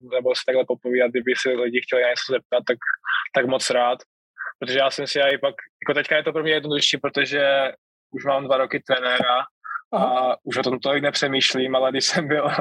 nebo si takhle popovídat, kdyby si lidi chtěli něco zeptat, tak moc rád. Protože já jsem si i pak, jako teďka je to pro mě jednodušší, protože už mám 2 roky trenéra a už o tom tolik nepřemýšlím, ale když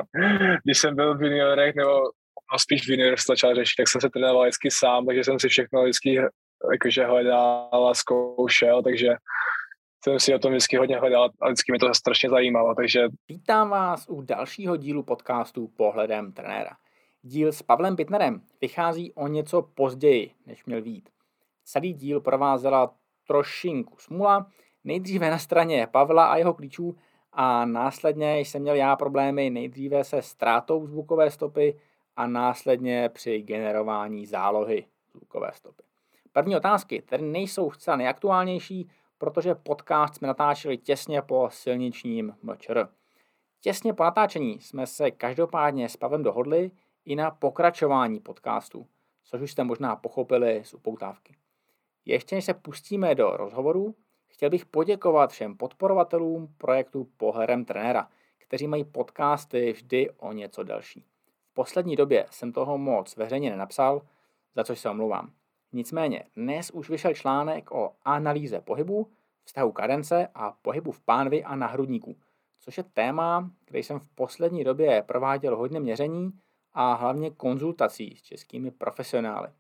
jsem byl v juniorech, nebo spíš v juniorech začal řešit, tak jsem se trénoval vždycky sám, takže jsem si všechno vždycky jakože hledal a zkoušel, takže jsem si o tom vždycky hodně hledal a vždycky mi to strašně zajímalo, takže... Vítám vás u dalšího dílu podcastu Pohledem trenéra. Díl s Pavlem Pitnerem vychází o něco později, než měl vyjít. Celý díl provázela trošinku smůla, nejdříve na straně Pavla a jeho klíčů a následně jsem měl já problémy nejdříve se ztrátou zvukové stopy a následně při generování zálohy zvukové stopy. První otázky, které nejsou zcela nejaktuálnější, protože podcast jsme natáčeli těsně po silničním MČR. Těsně po natáčení jsme se každopádně s Pavlem dohodli i na pokračování podcastu, což už jste možná pochopili z upoutávky. Ještě než se pustíme do rozhovoru, chtěl bych poděkovat všem podporovatelům projektu Pohledem trenéra, kteří mají podcasty vždy o něco delší. V poslední době jsem toho moc veřejně nenapsal, za což se omlouvám. Nicméně dnes už vyšel článek o analýze pohybu, vztahu kadence a pohybu v pánvi a na hrudníku, což je téma, kde jsem v poslední době prováděl hodně měření a hlavně konzultací s českými profesionály.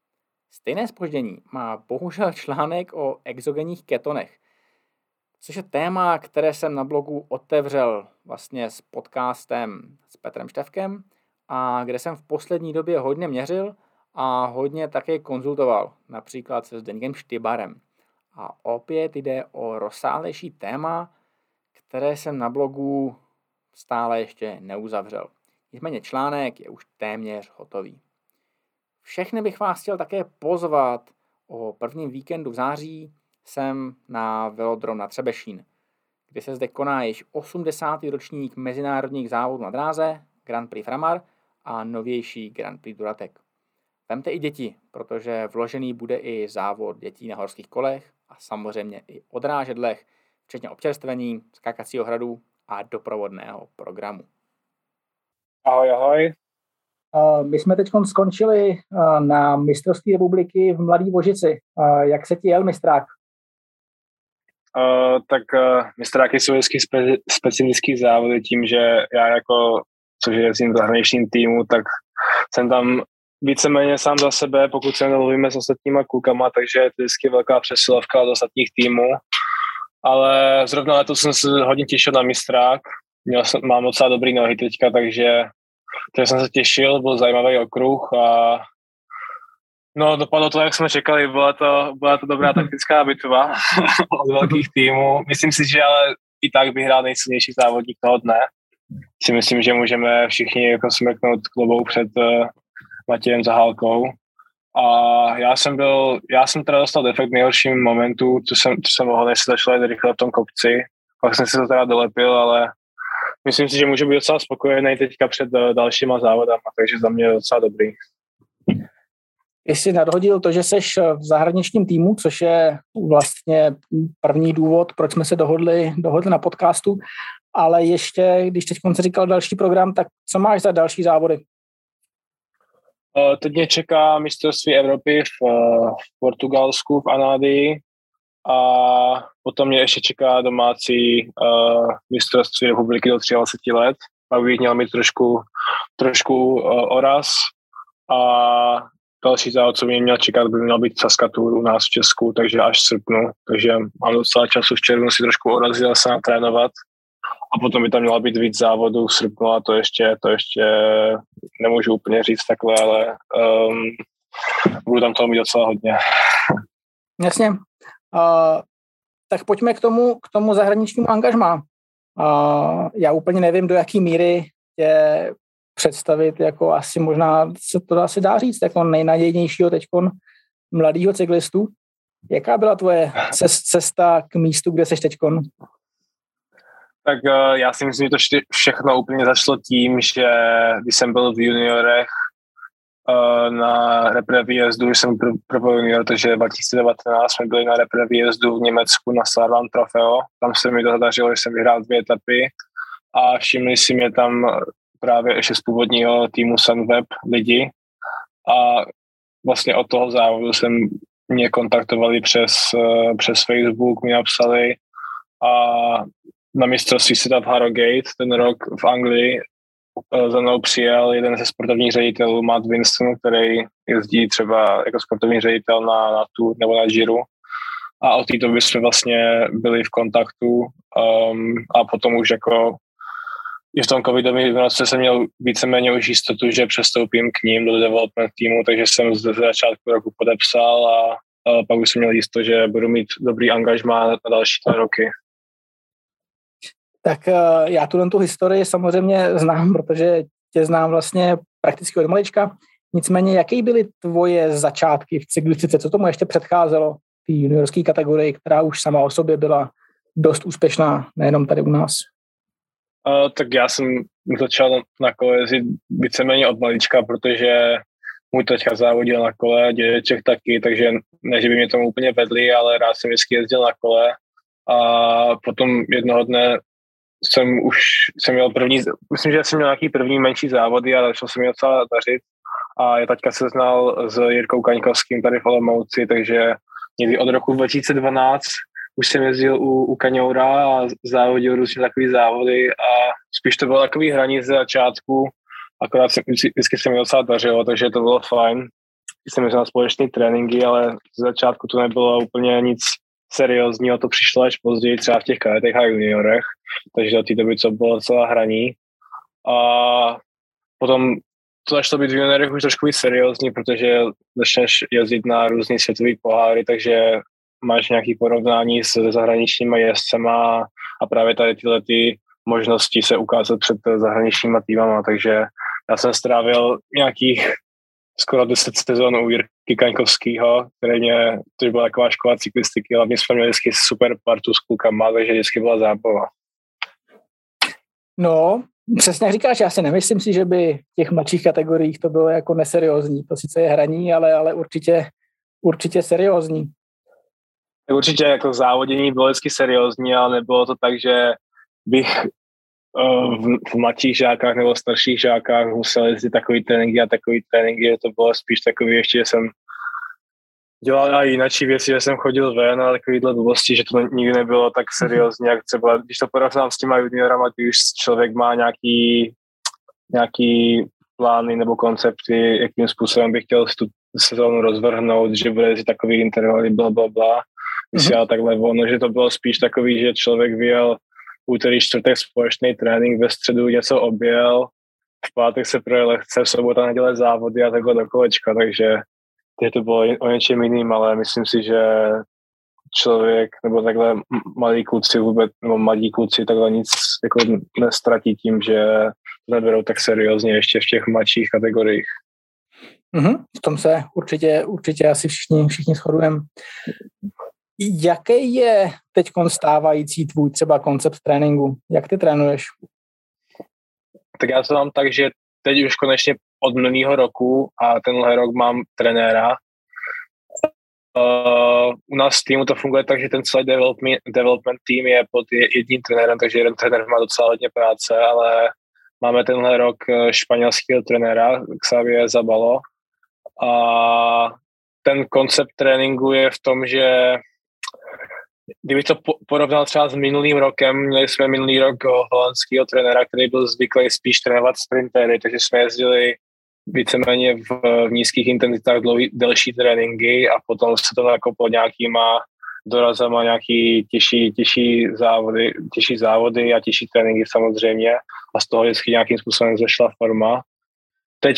Stejné zpoždění má bohužel článek o exogenních ketonech, což je téma, které jsem na blogu otevřel vlastně s podcastem s Petrem Štefkem a kde jsem v poslední době hodně měřil a hodně také konzultoval, například se Zdeňkem Štybarem. A opět jde o rozsáhlejší téma, které jsem na blogu stále ještě neuzavřel. Nicméně článek je už téměř hotový. Všechny bych vás chtěl také pozvat o prvním víkendu v září sem na velodrom na Třebešín, kde se zde koná již 80. ročník mezinárodních závodů na dráze, Grand Prix Framar a novější Grand Prix Duratek. Vemte i děti, protože vložený bude i závod dětí na horských kolech a samozřejmě i o drážedlech, včetně občerstvení, skákacího hradu a doprovodného programu. Ahoj, ahoj. My jsme teď skončili na mistrovství republiky v Mladé Vožici. Jak se ti jel mistrák? Mistráky jsou vždycky specifický závody tím, že já jako, což jezdím v zahraničním týmu, tak jsem tam víceméně sám za sebe, pokud se nelovíme s ostatníma klukama, takže je to vždycky velká přesilovka od ostatních týmů. Ale zrovna letos jsem se hodně těšil na mistrák. Mám docela dobrý nohy teďka, takže jsem se těšil, byl zajímavý okruh a no, dopadlo to, jak jsme čekali, byla to dobrá taktická bitva od velkých týmů. Myslím si, že ale i tak vyhrál nejsilnější závodník toho dne. Si myslím, že můžeme všichni jako smeknout klobou před Matějem Zahálkou. A já jsem teda dostal defekt v nejhorším momentu, co jsem mohl, než se začal jít rychle v tom kopci. Pak jsem si to teda dolepil, ale myslím si, že můžu být docela spokojený teďka před dalšíma závodama, takže za mě je docela dobrý. Jsi nadhodil to, že jsi v zahraničním týmu, což je vlastně první důvod, proč jsme se dohodli na podcastu, ale ještě, když teď se říkal další program, tak co máš za další závody? Teď mě čeká mistrovství Evropy v Portugalsku, v Anádii a potom mě ještě čeká domácí mistrovství republiky do 23 let. Pak bych měl mít trošku oraz a další závod, co mě měl čekat, by měl být Saskatoon u nás v Česku, takže až v srpnu. Takže mám docela času v červnu si trošku orazil se natrénovat a potom by tam měla být víc závodů v srpnu a to ještě nemůžu úplně říct takhle, ale budu tam toho mít docela hodně. Jasně. Tak pojďme k tomu zahraničnímu angažmá. Já úplně nevím, do jaký míry tě představit, jako asi možná se to asi dá říct, jako nejnadějnějšího teďkon mladýho cyklistu. Jaká byla tvoje cesta k místu, kde seš teďkon? Tak já si myslím, že to všechno úplně začalo tím, že když jsem byl v juniorech na repre výjezdu, když jsem pro junior, takže 2019 jsme byli na repre výjezdu v Německu na Saarland Trofeo. Tam se mi to zadařilo, že jsem vyhrál 2 etapy a všimli si mě tam právě ještě z původního týmu Sunweb lidi a vlastně od toho závodu mě kontaktovali přes Facebook, mi napsali a na mistrovství světa v Harrogate ten rok v Anglii za mnou přijel jeden ze sportovních ředitelů, Matt Winston, který jezdí třeba jako sportovní ředitel na Tour nebo na Giro. A od té doby jsme vlastně byli v kontaktu a potom už jako i v tom covidovém roce jsem měl víceméně už jistotu, že přestoupím k ním do development týmu, takže jsem ze začátku roku podepsal a pak už jsem měl jisto, že budu mít dobrý angažmá na další 2 roky. Tak já tu historii samozřejmě znám, protože tě znám vlastně prakticky od malička. Nicméně, jaké byly tvoje začátky v cyklistice? Co tomu ještě předcházelo v té juniorské kategorii, která už sama o sobě byla dost úspěšná, nejenom tady u nás? Tak já jsem začal na kole jezdit víceméně od malička, protože můj taťka závodil na kole, dědeček taky, takže ne, že by mě tomu úplně vedli, ale rád jsem vždycky jezdil na kole. A potom jednoho dne jsem měl myslím, že jsem měl nějaký první menší závody a začal jsem mě docela dařit. A já taťka se znal s Jirkou Kaňkovským tady v Olomouci, takže někdy od roku 2012 už jsem jezdil u Kaňoura a závodil různě takový závody a spíš to bylo takový hraní ze začátku, akorát vždycky se mi docela dařilo, takže to bylo fajn. Jsem jezdil na společné tréninky, ale ze začátku to nebylo úplně nic seriózního, to přišlo až později třeba v těch kadetech a juniorech, takže do té doby to bylo celá hraní. A potom to začalo být v juniorech už trošku víc seriózní, protože začneš jezdit na různý světový poháry, takže máš nějaké porovnání s zahraničníma jezdcema a právě tady tyhle ty možnosti se ukázat před zahraničníma týmama, takže já jsem strávil nějakých skoro 10 sezon u Jirky Kaňkovského, to byla taková škola cyklistiky, hlavně jsme měli vždycky super partu s klukama, takže vždycky byla zábava. No, přesně jak říkáš, já si nemyslím si, že by v těch mladších kategoriích to bylo jako neseriózní. To sice je hraní, ale určitě seriózní. Určitě jako závodění bylo vždycky seriózní, ale nebylo to tak, že bych v mladších žákách nebo starších žákách musel jezdit takový tréninky, to bylo spíš takový ještě, že jsem dělal i jináčí věci, že jsem chodil ven a takovýhle blbosti, že to nikdy nebylo tak seriózní, jak třeba, když to porovnám s těma juniorama, když člověk má nějaký plány nebo koncepty, jakým způsobem bych chtěl tu sezónu rozvrhnout, že bude jezdit takový intervaly, blablabla, vysílal takhle ono, že to bylo spíš takový, že člověk vyjel úterý, čtvrtek společný trénink, ve středu něco objel, v pátek se projel lehce, v sobota, neděle závody a takhle do kolečka, takže to bylo o něčem jiným, ale myslím si, že člověk nebo takhle mladí kluci takhle nic jako nestratí tím, že to neberou tak seriózně ještě v těch mladších kategoriích. V tom se určitě asi všichni shodujeme. Jaký je teď stávající tvůj třeba koncept tréninku? Jak ty trénuješ? Tak já to mám tak, že teď už konečně od minulého roku a tenhle rok mám trenéra. U nás v týmu to funguje tak, že ten celý development tým je pod jedním trenérem, takže jeden trenér má docela hodně práce, ale máme tenhle rok španělského trenéra, Xavier Zabalo. A ten koncept tréninku je v tom, že kdybych to porovnal třeba s minulým rokem, měli jsme minulý rok holandského trenéra, který byl zvyklý spíš trénovat sprintery, takže jsme jezdili víceméně v nízkých intenzitách delší tréninky a potom se to nakoplo nějakýma dorazama, nějaký těžší závody a těžší tréninky samozřejmě a z toho vždycky nějakým způsobem zešla forma. Teď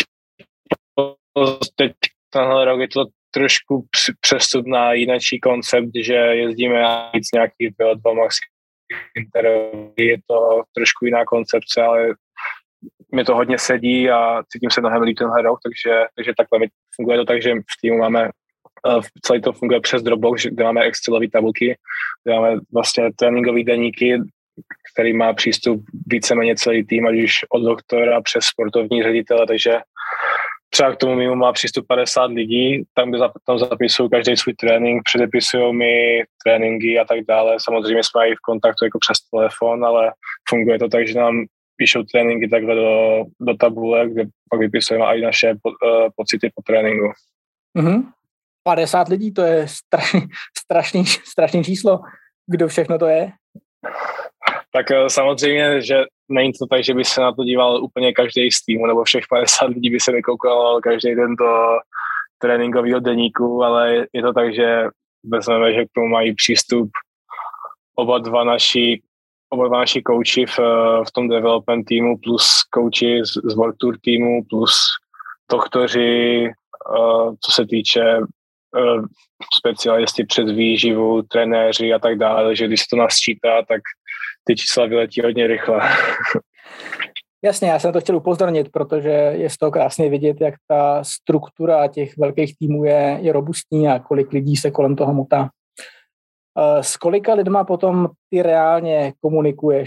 tenhle rok je to trošku přestup na jináčí koncept, že jezdíme víc nějakých VO2 max intervalů. Je to trošku jiná koncepce, ale mě to hodně sedí a cítím se mnohem líp tenhle rok, takže takhle funguje to tak, že v týmu máme celý to funguje přes Dropbox, kde máme Excelové tabulky, kde máme vlastně tréninkové deníky, který má přístup víceméně celý tým, ať už od doktora přes sportovní ředitele, takže třeba k tomu mimo má přístup 50 lidí, tam zapisují každý svůj trénink, předepisují mi tréninky a tak dále. Samozřejmě jsme i v kontaktu jako přes telefon, ale funguje to tak, že nám píšou tréninky takhle do tabule, kde pak vypisujeme i naše pocity po tréninku. 50 lidí, to je strašný číslo. Kdo všechno to je? Tak samozřejmě, že není to tak, že by se na to díval úplně každý z týmu, nebo všech 50 lidí by se vykoukal každý den do tréninkového deníku, ale je to tak, že vezmeme, že k tomu mají přístup oba dva naši kouči v tom development týmu, plus kouči z World Tour týmu, plus doktoři, co se týče specialisti přes výživu, trenéři a tak dále, takže když se to nasčítá, tak ty čísla vyletí hodně rychle. Jasně, já jsem to chtěl upozornit, protože je z toho krásně vidět, jak ta struktura těch velkých týmů je robustní a kolik lidí se kolem toho motá. S kolika lidma potom ty reálně komunikuješ?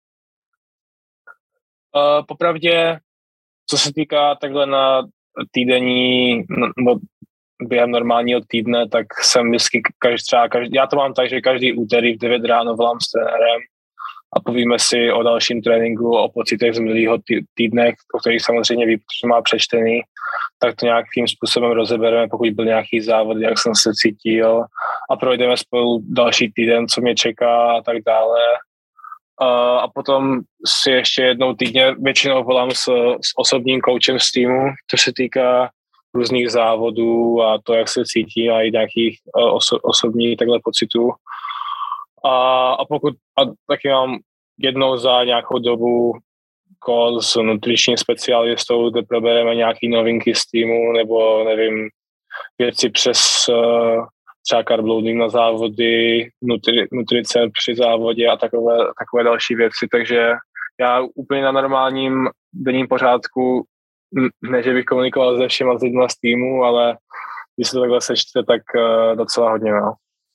Popravdě, co se týká takhle na týdenní, během normálního týdne, tak jsem vždycky já to mám tak, že každý úterý v 9 ráno volám s trenérem a povíme si o dalším tréninku, o pocitech z minulého týdne, o kterých samozřejmě ví, protože má přečtený, tak to nějakým způsobem rozebereme, pokud byl nějaký závod, jak jsem se cítil a projdeme spolu další týden, co mě čeká a tak dále. A potom si ještě jednou týdně většinou volám s osobním koučem z týmu, co se týká různých závodů a to, jak se cítí a i nějakých osobních takhle pocitů. A taky mám jednou za nějakou dobu call s nutričním specialistou, kde probereme nějaké novinky z týmu nebo nevím, věci přes třeba carbloading na závody, nutrice při závodě a takové další věci. Takže já úplně na normálním denním pořádku, ne, že bych komunikoval se všema lidma z týmu, ale když se to takhle sečte, tak docela hodně. No.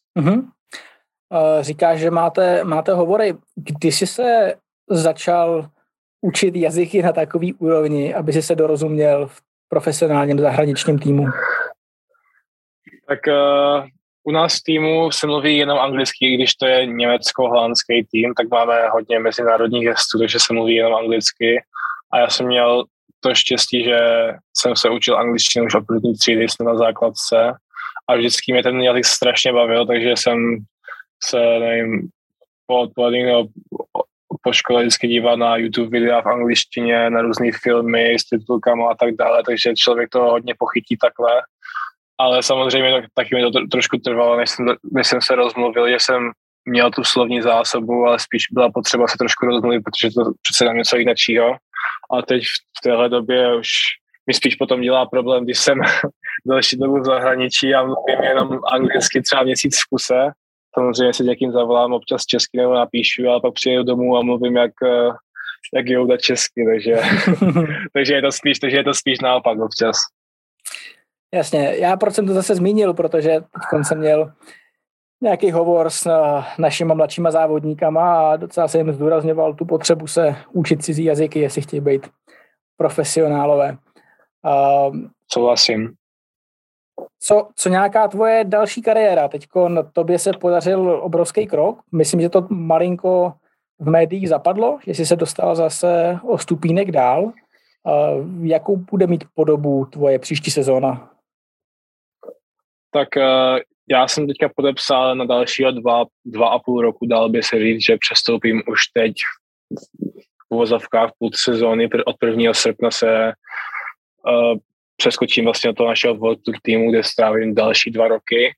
Říkáš, že máte hovory. Kdy jsi se začal učit jazyky na takový úrovni, aby si se dorozuměl v profesionálním zahraničním týmu? Tak u nás v týmu se mluví jenom anglicky, když to je německo-holandský tým, tak máme hodně mezinárodních gestů, takže se mluví jenom anglicky. A já jsem měl to štěstí, že jsem se učil angličtinu už od první třídy, jsem na základce a vždycky mě ten jazyk strašně bavil, takže jsem se, nevím, po odpolední nebo po škole vždycky díval na YouTube videa v angličtině, na různé filmy s titulkama a tak dále, takže člověk to hodně pochytí takhle. Ale samozřejmě taky mi to trošku trvalo, než jsem se rozmluvil, že jsem měl tu slovní zásobu, ale spíš byla potřeba se trošku rozmluvit, protože to přece nám něco jiného. A teď v téhle době už mi spíš potom dělá problém, když jsem další dobu v zahraničí a mluvím jenom anglicky třeba měsíc v kuse. Samozřejmě si někým zavolám občas česky nebo napíšu, ale pak přijedu domů a mluvím jak Jouda česky, takže je to spíš naopak občas. Jasně, já proč jsem to zase zmínil, protože teď jsem měl nějaký hovor s našimi mladšíma závodníkama a docela jsem jim zdůrazňoval tu potřebu se učit cizí jazyky, jestli chtějí být profesionálové. Souhlasím. Co nějaká tvoje další kariéra? Teďko na tobě se podařil obrovský krok. Myslím, že to malinko v médiích zapadlo, že jsi se dostal zase o stupínek dál. Jakou bude mít podobu tvoje příští sezóna? Tak já jsem teďka podepsal na dalšího 2,5 roku, dal by se říct, že přestoupím už teď v uvozovkách půl sezóny. Od 1. srpna se přeskočím vlastně do toho našeho World Tour týmu, kde strávím další 2 roky.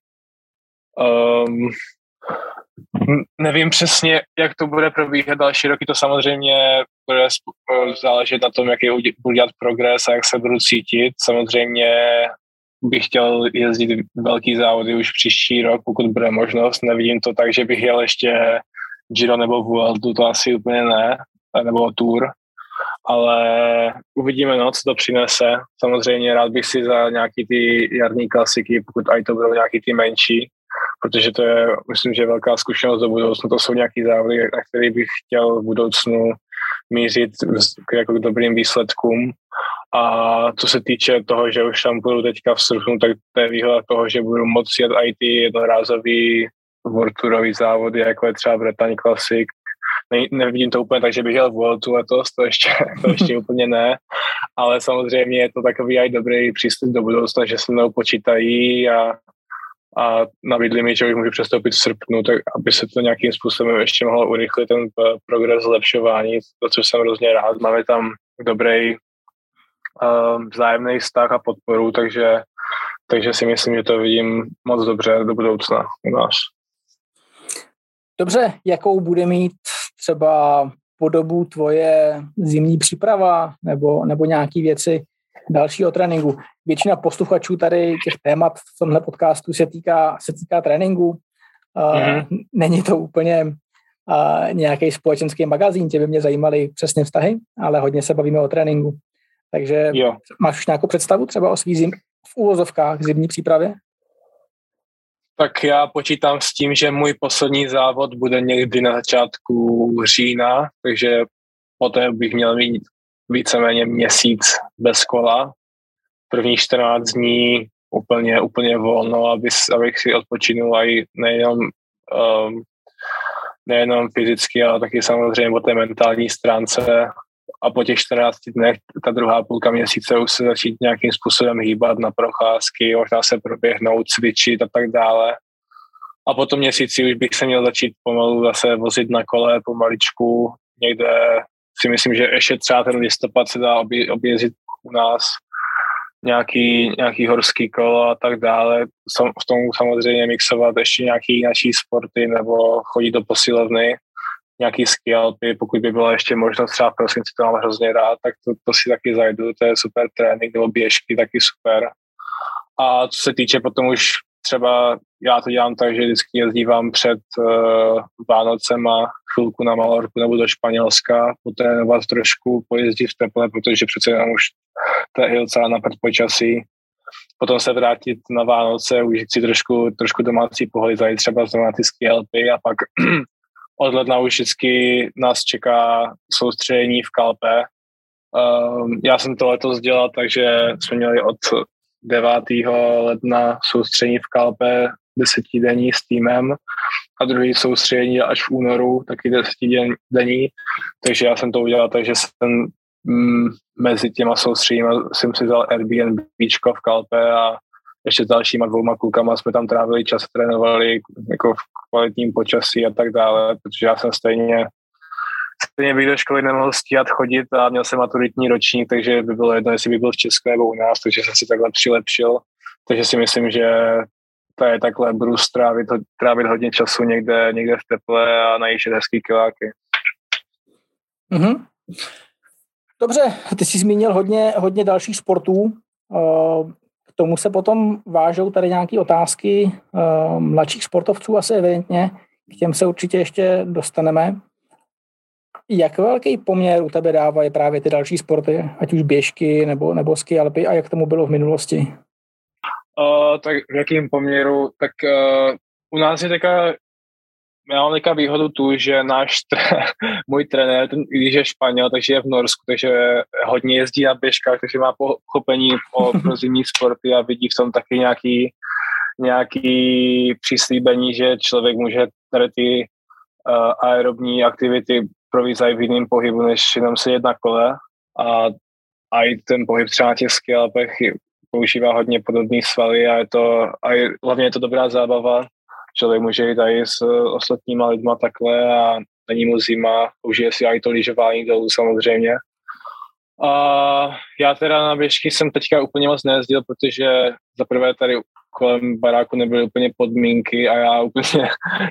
Nevím přesně, jak to bude probíhat další roky, to samozřejmě bude záležet na tom, jaký budu dělat progres a jak se budu cítit. Samozřejmě bych chtěl jezdit velký závody už příští rok, pokud bude možnost. Nevidím to tak, že bych jel ještě Giro nebo Vueltu, to asi úplně ne, nebo Tour. Ale uvidíme, co to přinese. Samozřejmě rád bych si za nějaký ty jarní klasiky, pokud aj to budou nějaký ty menší, protože to je, myslím, že velká zkušenost do budoucna. To jsou nějaký závody, na který bych chtěl v budoucnu mířit jako k dobrým výsledkům. A co se týče toho, že už tam budu teďka v srpnu, tak to je výhoda toho, že budu moct jet i ty jednorázový World Tourový závody, jako je třeba Bretagne Classic, nevidím to úplně tak, že bych jel v Vueltu letos, to ještě úplně ne, ale samozřejmě je to takový aj dobrý přístup do budoucna, že se mnou počítají a nabídli mi, že už můžu přestoupit v srpnu, tak aby se to nějakým způsobem ještě mohlo urychlit ten progres zlepšování, to, co jsem hrozně rád. Máme tam dobrý vzájemný vztah a podporu, takže si myslím, že to vidím moc dobře do budoucna u nás. Dobře, jakou bude mít třeba podobu tvoje zimní příprava nebo nějaké věci dalšího tréninku? Většina posluchačů tady těch témat v tomhle podcastu se týká tréninku. Není to úplně nějaký společenský magazín, tě by mě zajímaly přesně vztahy, ale hodně se bavíme o tréninku. Takže jo. Máš už nějakou představu třeba o svý v úvozovkách zimní přípravě? Tak já počítám s tím, že můj poslední závod bude někdy na začátku října, takže poté bych měl mít víceméně měsíc bez kola. Prvních 14 dní úplně volno, abych si odpočinul i nejenom fyzicky, ale taky samozřejmě po té mentální stránce. A po těch 14 dnech, ta druhá půlka měsíce, už se začít nějakým způsobem hýbat na procházky, možná se proběhnout, cvičit a tak dále. A po tom měsíci už bych se měl začít pomalu zase vozit na kole pomaličku. Někde si myslím, že ještě třeba ten listopad se dá objezdit u nás nějaký horský kolo a tak dále. V tom samozřejmě mixovat ještě nějaký jiný sporty nebo chodit do posilovny. Nějaký ski alpy, pokud by byla ještě možnost, třeba v prosinci, to mám hrozně rád, tak to si taky zajdu, to je super trénink, nebo běžky, taky super. A co se týče potom už třeba, já to dělám tak, že vždycky jezdívám před Vánocema chvilku na Malorku nebo do Španělska, potrénovat trošku, pojezdit v teple, protože přece jenom už to je docela na počasí. Potom se vrátit na Vánoce, užít si trošku domácí pohody, zajít třeba znovu na ty ski alpy a pak od ledna už vždycky nás čeká soustředění v Kalpe. Já jsem to letos dělal, takže jsme měli od 9. ledna soustředění v Kalpe 10denní s týmem a druhý soustředění až v únoru, taky 10denní. Takže já jsem to udělal, takže jsem mezi těma soustředěníma jsem si vzal Airbnbčko v Kalpe a ještě s dalšíma 2 klukama jsme tam trávili čas, trénovali jako v kvalitním počasí a tak dále, protože já jsem stejně bych do školy nemohl stíhat chodit a měl jsem maturitní ročník, takže by bylo jedno, jestli by byl v Česku nebo u nás, takže jsem si takhle přilepšil. Takže si myslím, že takhle budu trávit hodně času někde v teple a najíždět hezký kiláky. Mm-hmm. Dobře, ty jsi zmínil hodně dalších sportů. K tomu se potom vážou tady nějaké otázky mladších sportovců asi evidentně. K těm se určitě ještě dostaneme. Jak velký poměr u tebe dávají právě ty další sporty, ať už běžky nebo ski alpy, a jak tomu bylo v minulosti? Tak v jakém poměru? Tak u nás je já mám taková výhodu tu, že můj trenér, když je Španěl, takže je v Norsku, takže hodně jezdí na běžkách, takže má pochopení pro zimní sporty a vidí v tom taky nějaký přislíbení, že člověk může tady ty aerobní aktivity provést v jiném pohybu, než jenom sedět na kole a i ten pohyb třeba na těch ski alpech používá hodně podobné svaly a hlavně je to dobrá zábava. Člověk může jít i s ostatníma lidma takhle a není mu zima, užije si i to lyžování dolů samozřejmě. A já teda na běžky jsem teďka úplně moc nejezdil, protože zaprvé tady kolem baráku nebyly úplně podmínky a já úplně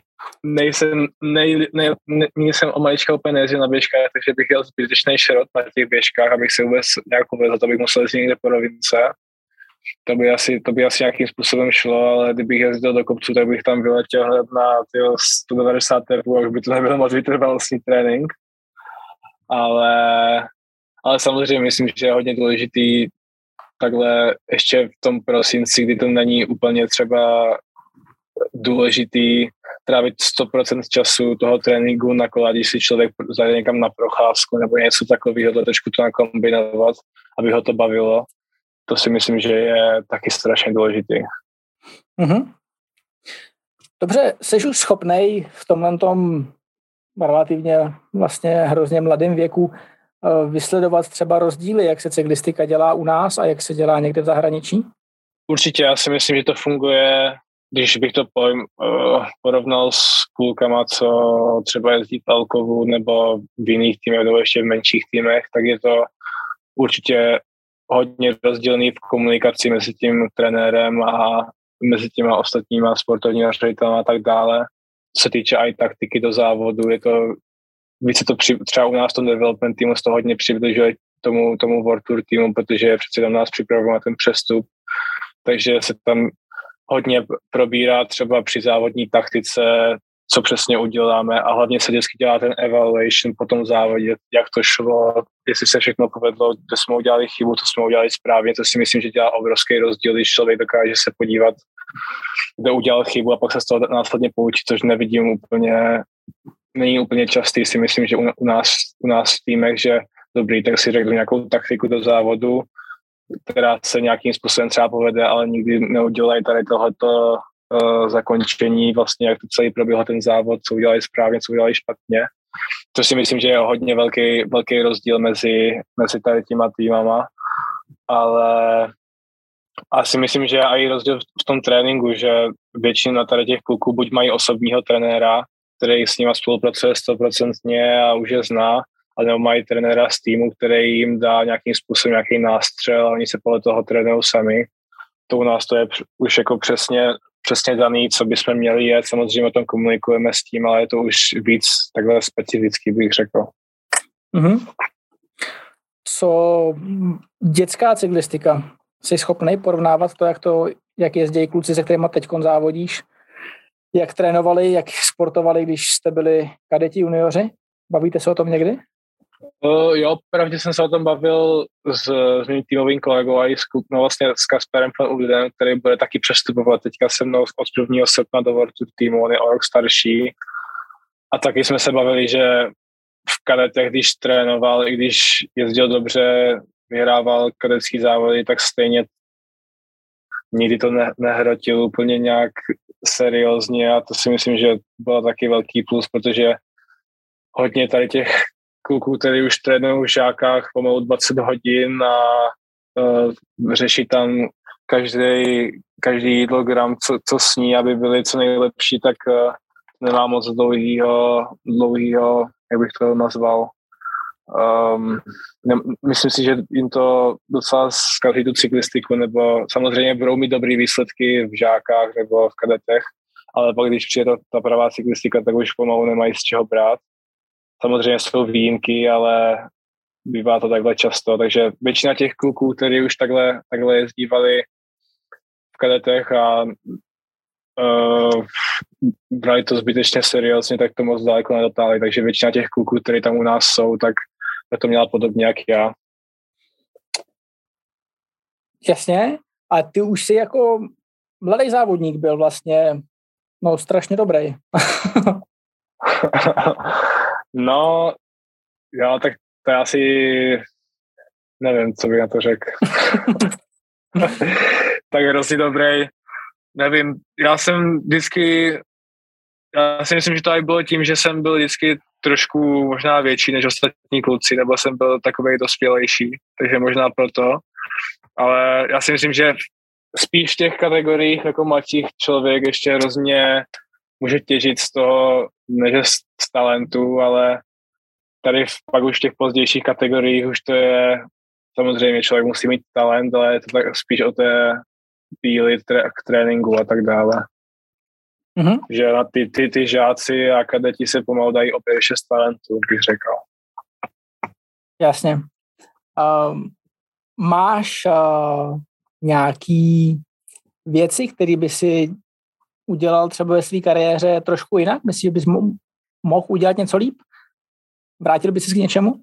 nejsem o malička úplně nejezdil na běžkách, takže bych jel zbytečný šrot na těch běžkách, abych se vůbec nějak uvezl, to bych musel jezdit někde po rovince. To by asi nějakým způsobem šlo, ale kdybych jezdil do kopců, tak bych tam vyletěl hned na 190 tepů a už by to nebyl moc vytrvalostní trénink. Ale samozřejmě myslím, že je hodně důležitý takhle ještě v tom prosinci, kdy to není úplně třeba důležitý trávit 100% času toho tréninku na kole, když si člověk zajde někam na procházku nebo něco takového, trošku to nakombinovat, aby ho to bavilo. To si myslím, že je taky strašně důležitý. Mm-hmm. Dobře, jsi už schopnej v tomhletom relativně vlastně hrozně mladém věku vysledovat třeba rozdíly, jak se cyklistika dělá u nás a jak se dělá někde v zahraničí? Určitě, já si myslím, že to funguje, když bych to porovnal s klukama, co třeba jezdí v Alkovu nebo v jiných týmech, nebo ještě v menších týmech, tak je to určitě hodně rozdílný v komunikaci mezi tím trenérem a mezi těma ostatníma sportovními ředitelmi a tak dále. Co se týče i taktiky do závodu, je to více to třeba u nás tom development týmu se to hodně přibližuje tomu World Tour týmu, protože přece tam nás připravujeme na ten přestup, takže se tam hodně probírá třeba při závodní taktice, co přesně uděláme a hlavně se vždycky dělá ten evaluation po tom závodě, jak to šlo, jestli se všechno povedlo, kde jsme udělali chybu, to jsme udělali správně, to si myslím, že dělá obrovský rozdíl, když člověk dokáže se podívat, kde udělal chybu a pak se z toho následně poučit, což nevidím není úplně častý, si myslím, že u nás v týmech, že dobrý, tak si řeknu nějakou taktiku do závodu, která se nějakým způsobem třeba povede, ale nikdy neudělají tady tohleto zakončení, vlastně jak to celý proběhl ten závod, co udělali správně, co udělali špatně. To si myslím, že je hodně velký rozdíl mezi tady těma týmama, ale asi myslím, že i rozdíl v tom tréninku, že většina tady těch kluků buď mají osobního trenéra, který s nima spolupracuje 100% a už je zná, ale mají trenéra z týmu, který jim dá nějakým způsobem nějaký nástřel a oni se podle toho trénují sami. To u nás to je už jako přesně daný, co bychom měli jet. Samozřejmě o tom komunikujeme s tím, ale je to už víc takhle specifický, bych řekl. Mm-hmm. Co dětská cyklistika? Jsi schopný porovnávat to, jak jezdí kluci, se kterými teďkon závodíš? Jak trénovali, jak sportovali, když jste byli kadeti, junioři? Bavíte se o tom někdy? Jo, pravdě jsem se o tom bavil s mým týmovým kolegou a i vlastně s Kasperem van Uden, který bude taky přestupovat teďka se mnou od 1. srpna do World Tour týmu, on je o rok starší. A taky jsme se bavili, že v kadetech, když trénoval, i když jezdil dobře, vyhrával kadecký závody, tak stejně nikdy to nehrotil úplně nějak seriózně a to si myslím, že bylo taky velký plus, protože hodně tady těch kluků, který už trénují v žákách pomalu 20 hodin a řeší tam každý jídlogram, co sní, aby byli co nejlepší, tak nemá moc dlouhýho, jak bych to nazval. Myslím si, že jim to docela zkazí tu cyklistiku, nebo samozřejmě budou mít dobrý výsledky v žákách nebo v kadetech, ale pak když přijde ta pravá cyklistika, tak už pomalu nemají z čeho brát. Samozřejmě jsou výjimky, ale bývá to takhle často, takže většina těch kluků, kteří už takhle jezdívali v kadetech a brali to zbytečně seriózně, tak to moc daleko nedotáhli, takže většina těch kluků, kteří tam u nás jsou, tak to měla podobně jak já. Jasně, a ty už jsi jako mladý závodník byl vlastně strašně dobrý. No, jo, tak to já si nevím, co bych na to řekl. Tak hrozně dobrý. Nevím, já si myslím, že to i bylo tím, že jsem byl vždycky trošku možná větší než ostatní kluci, nebo jsem byl takovej dospělejší, takže možná proto. Ale já si myslím, že spíš v těch kategoriích jako mladších člověk ještě hrozně může těžit z toho, než z talentu, ale tady pak už v těch pozdějších kategoriích už to je, samozřejmě člověk musí mít talent, ale je to tak spíš o té píli k tréninku a tak dále. Mm-hmm. Že na ty žáci a kadeti se pomalu dají opět ještě z talentu, bych řekl. Jasně. Máš nějaký věci, které by si udělal třeba ve své kariéře trošku jinak? Myslíš, že bys mohl udělat něco líp? Vrátil bys se k něčemu?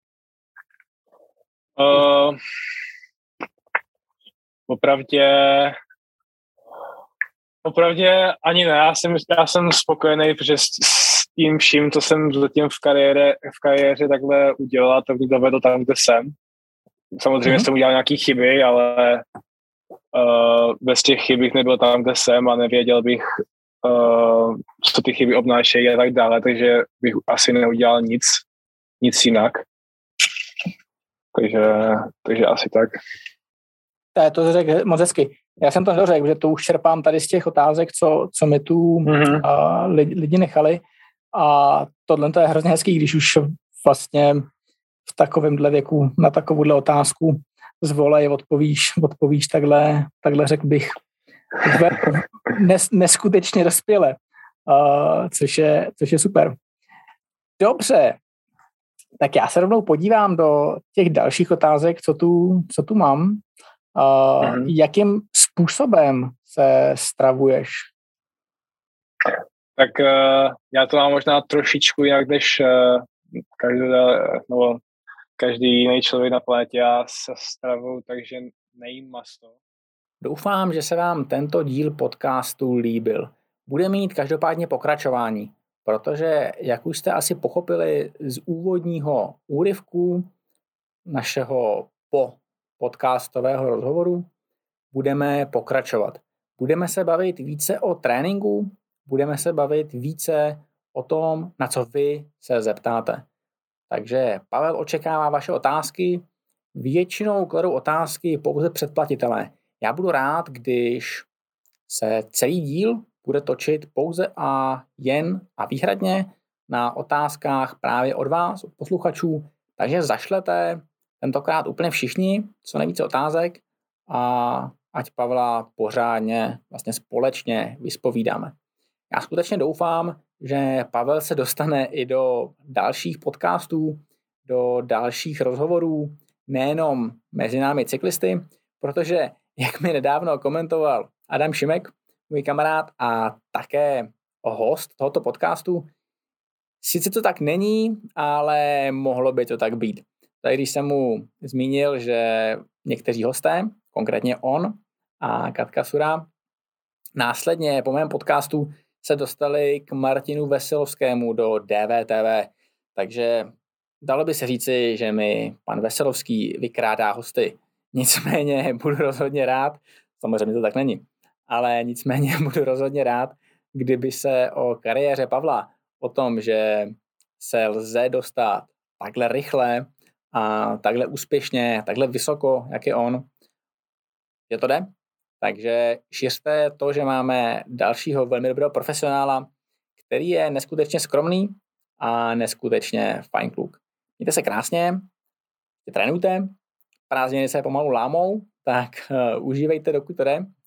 Opravdě ani ne. Já jsem spokojený, protože s tím vším, co jsem zatím v kariéře takhle udělal, tak mě dovedl tam, kde jsem. Samozřejmě jsem udělal nějaké chyby, ale bez těch chyb bych nebyl tam, kde jsem a nevěděl bych, co ty chyby obnášejí a tak dále, takže bych asi neudělal nic jinak. Takže asi tak. To řekl moc hezky. Já jsem to nedořekl, že to už čerpám tady z těch otázek, co mi tu lidi nechali. A tohle to je hrozně hezký, když už vlastně v takovémhle věku na takovouhle otázku z volej odpovíš takhle řekl bych neskutečně dospěle, což je super. Dobře, tak já se rovnou podívám do těch dalších otázek, co tu mám. Jakým způsobem se stravuješ? Tak já to mám možná trošičku jinak, než každý jiný člověk na planetě. Já se stravuju, takže nejím maso. Doufám, že se vám tento díl podcastu líbil. Bude mít každopádně pokračování, protože, jak už jste asi pochopili z úvodního úryvku našeho podcastového rozhovoru, budeme pokračovat. Budeme se bavit více o tréninku, budeme se bavit více o tom, na co vy se zeptáte. Takže Pavel očekává vaše otázky, většinou kladou otázky pouze předplatitelé. Já budu rád, když se celý díl bude točit pouze a jen a výhradně na otázkách právě od vás, od posluchačů, takže zašlete tentokrát úplně všichni, co nejvíce otázek a ať Pavla pořádně vlastně společně vyspovídáme. Já skutečně doufám, že Pavel se dostane i do dalších podcastů, do dalších rozhovorů, nejenom mezi námi cyklisty, protože, jak mi nedávno komentoval Adam Šimek, můj kamarád a také host tohoto podcastu, sice to tak není, ale mohlo by to tak být. Tady když jsem mu zmínil, že někteří hosté, konkrétně on a Katka Sura, následně po mém podcastu se dostali k Martinu Veselovskému do DVTV. Takže dalo by se říci, že mi pan Veselovský vykrádá hosty. Nicméně budu rozhodně rád, samozřejmě to tak není, ale nicméně budu rozhodně rád, kdyby se o kariéře Pavla, o tom, že se lze dostat takhle rychle a takhle úspěšně, takhle vysoko, jak je on, že to jde. Takže šiřte to, že máme dalšího velmi dobrého profesionála, který je neskutečně skromný a neskutečně fajn kluk. Mějte se krásně, trénujte, prázdniny se pomalu lámou, tak užívejte, dokud to jde.